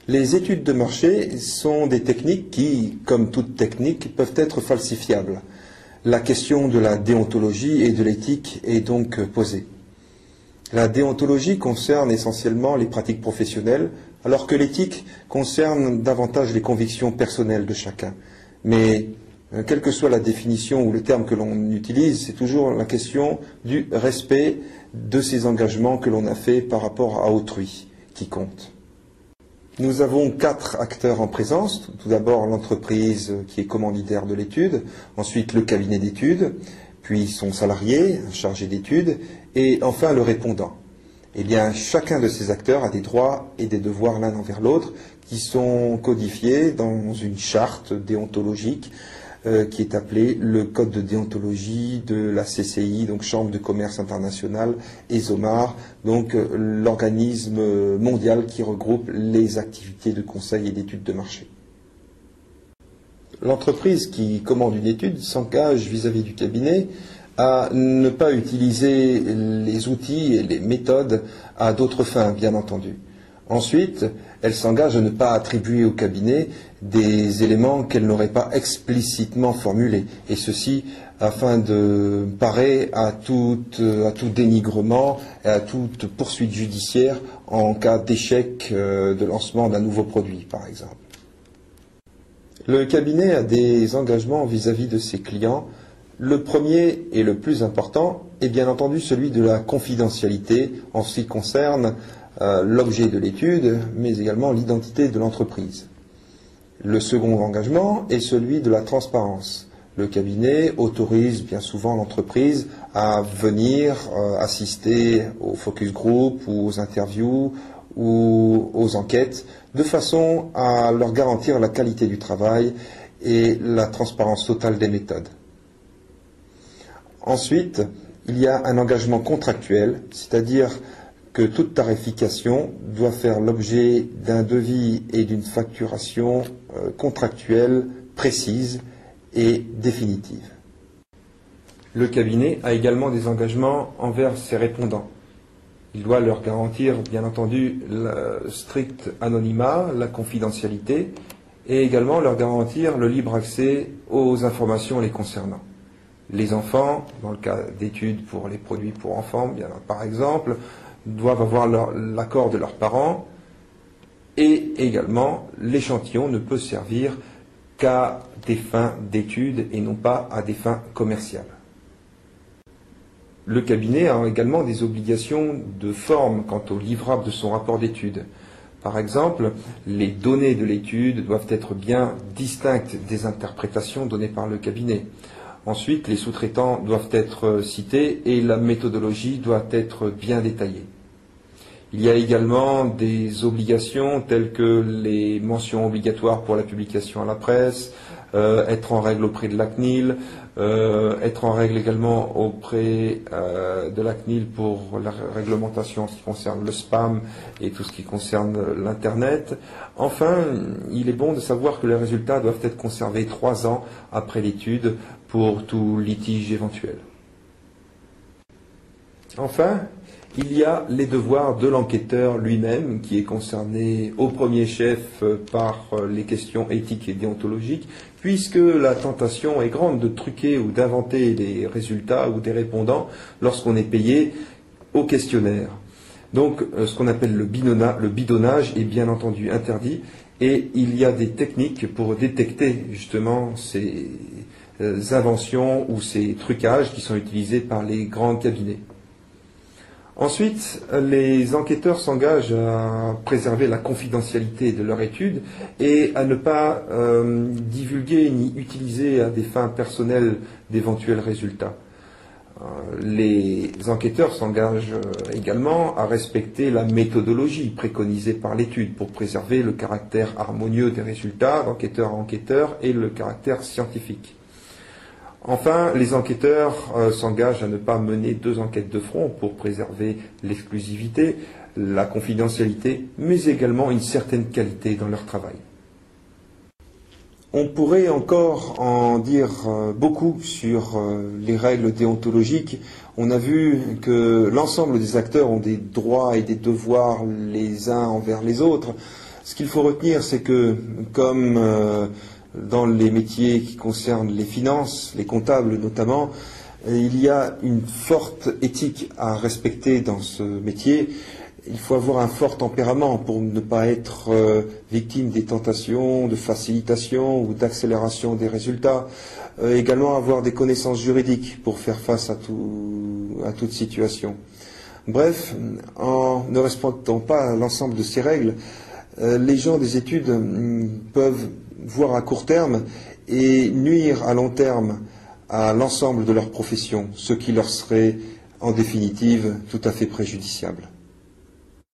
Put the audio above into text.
Les études de marché sont des techniques qui, comme toute technique, peuvent être falsifiables. La question de la déontologie et de l'éthique est donc posée. La déontologie concerne essentiellement les pratiques professionnelles, alors que l'éthique concerne davantage les convictions personnelles de chacun. Mais, quelle que soit la définition ou le terme que l'on utilise, c'est toujours la question du respect de ces engagements que l'on a faits par rapport à autrui qui compte. Nous avons 4 acteurs en présence. Tout d'abord l'entreprise qui est commanditaire de l'étude, ensuite le cabinet d'études, puis son salarié, un chargé d'études, et enfin le répondant. Eh bien, chacun de ces acteurs a des droits et des devoirs l'un envers l'autre qui sont codifiés dans une charte déontologique qui est appelée le Code de déontologie de la CCI, donc Chambre de commerce internationale, et ESOMAR, donc l'organisme mondial qui regroupe les activités de conseil et d'études de marché. L'entreprise qui commande une étude s'engage vis-à-vis du cabinet à ne pas utiliser les outils et les méthodes à d'autres fins, bien entendu. Ensuite, elle s'engage à ne pas attribuer au cabinet des éléments qu'elle n'aurait pas explicitement formulés, et ceci afin de parer à tout dénigrement et à toute poursuite judiciaire en cas d'échec de lancement d'un nouveau produit, par exemple. Le cabinet a des engagements vis-à-vis de ses clients. Le premier et le plus important est bien entendu celui de la confidentialité en ce qui concerne l'objet de l'étude, mais également l'identité de l'entreprise. Le second engagement est celui de la transparence. Le cabinet autorise bien souvent l'entreprise à venir assister aux focus group ou aux interviews ou aux enquêtes, de façon à leur garantir la qualité du travail et la transparence totale des méthodes. Ensuite, il y a un engagement contractuel, c'est-à-dire que toute tarification doit faire l'objet d'un devis et d'une facturation contractuelle précise et définitive. Le cabinet a également des engagements envers ses répondants. Il doit leur garantir, bien entendu, le strict anonymat, la confidentialité, et également leur garantir le libre accès aux informations les concernant. Les enfants, dans le cas d'études pour les produits pour enfants, bien, par exemple, doivent avoir l'accord de leurs parents, et également l'échantillon ne peut servir qu'à des fins d'études et non pas à des fins commerciales. Le cabinet a également des obligations de forme quant au livrable de son rapport d'étude. Par exemple, les données de l'étude doivent être bien distinctes des interprétations données par le cabinet. Ensuite, les sous-traitants doivent être cités et la méthodologie doit être bien détaillée. Il y a également des obligations telles que les mentions obligatoires pour la publication à la presse, être en règle auprès de la CNIL, être en règle également auprès de la CNIL pour la réglementation en ce qui concerne le spam et tout ce qui concerne l'Internet. Enfin, il est bon de savoir que les résultats doivent être conservés 3 ans après l'étude pour tout litige éventuel. Enfin, il y a les devoirs de l'enquêteur lui-même, qui est concerné au premier chef par les questions éthiques et déontologiques, puisque la tentation est grande de truquer ou d'inventer des résultats ou des répondants lorsqu'on est payé au questionnaire. Donc, ce qu'on appelle le bidonnage est bien entendu interdit, et il y a des techniques pour détecter justement ces inventions ou ces trucages qui sont utilisés par les grands cabinets. Ensuite, les enquêteurs s'engagent à préserver la confidentialité de leur étude et à ne pas divulguer ni utiliser à des fins personnelles d'éventuels résultats. Les enquêteurs s'engagent également à respecter la méthodologie préconisée par l'étude pour préserver le caractère harmonieux des résultats d'enquêteur à enquêteur et le caractère scientifique. Enfin, les enquêteurs s'engagent à ne pas mener 2 enquêtes de front pour préserver l'exclusivité, la confidentialité, mais également une certaine qualité dans leur travail. On pourrait encore en dire beaucoup sur les règles déontologiques. On a vu que l'ensemble des acteurs ont des droits et des devoirs les uns envers les autres. Ce qu'il faut retenir, c'est que, comme dans les métiers qui concernent les finances, les comptables notamment, il y a une forte éthique à respecter dans ce métier. Il faut avoir un fort tempérament pour ne pas être victime des tentations de facilitation ou d'accélération des résultats. Également avoir des connaissances juridiques pour faire face à toute situation. Bref, en ne respectant pas l'ensemble de ces règles, les gens des études peuvent voir à court terme et nuire à long terme à l'ensemble de leur profession, ce qui leur serait en définitive tout à fait préjudiciable.